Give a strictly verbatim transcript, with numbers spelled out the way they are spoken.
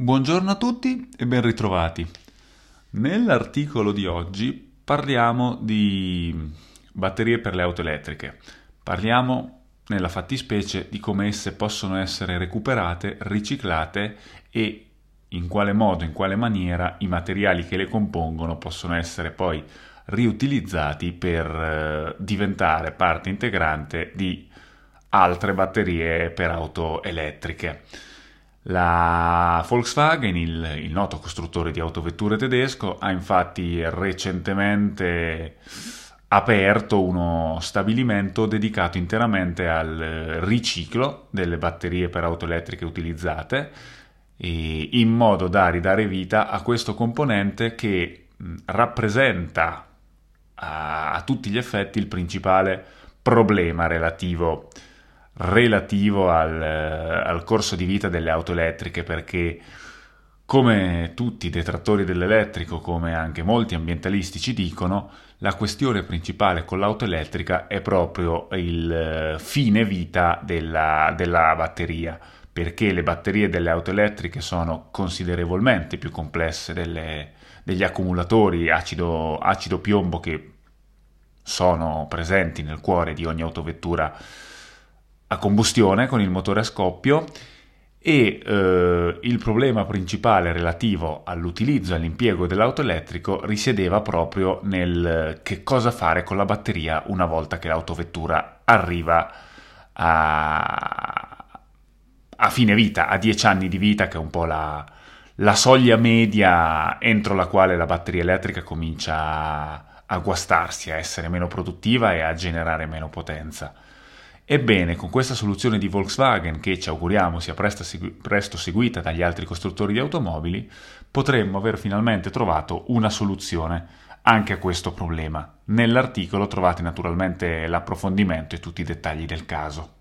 Buongiorno a tutti e ben ritrovati. Nell'articolo di oggi parliamo di batterie per le auto elettriche. Parliamo nella fattispecie di come esse possono essere recuperate, riciclate e in quale modo, in quale maniera i materiali che le compongono possono essere poi riutilizzati per eh, diventare parte integrante di altre batterie per auto elettriche. La Volkswagen, il, il noto costruttore di autovetture tedesco, ha infatti recentemente aperto uno stabilimento dedicato interamente al riciclo delle batterie per auto elettriche utilizzate, e in modo da ridare vita a questo componente che mh, rappresenta a, a tutti gli effetti il principale problema relativo relativo al, al corso di vita delle auto elettriche, perché come tutti i detrattori dell'elettrico, come anche molti ambientalisti ci dicono, la questione principale con l'auto elettrica è proprio il fine vita della, della batteria, perché le batterie delle auto elettriche sono considerevolmente più complesse delle, degli accumulatori acido, acido piombo che sono presenti nel cuore di ogni autovettura a combustione con il motore a scoppio, e eh, il problema principale relativo all'utilizzo e all'impiego dell'auto elettrico risiedeva proprio nel che cosa fare con la batteria una volta che l'autovettura arriva a, a fine vita, a dieci anni di vita, che è un po' la, la soglia media entro la quale la batteria elettrica comincia a, a guastarsi, a essere meno produttiva e a generare meno potenza. Ebbene, con questa soluzione di Volkswagen, che ci auguriamo sia presto, segu- presto seguita dagli altri costruttori di automobili, potremmo aver finalmente trovato una soluzione anche a questo problema. Nell'articolo trovate naturalmente l'approfondimento e tutti i dettagli del caso.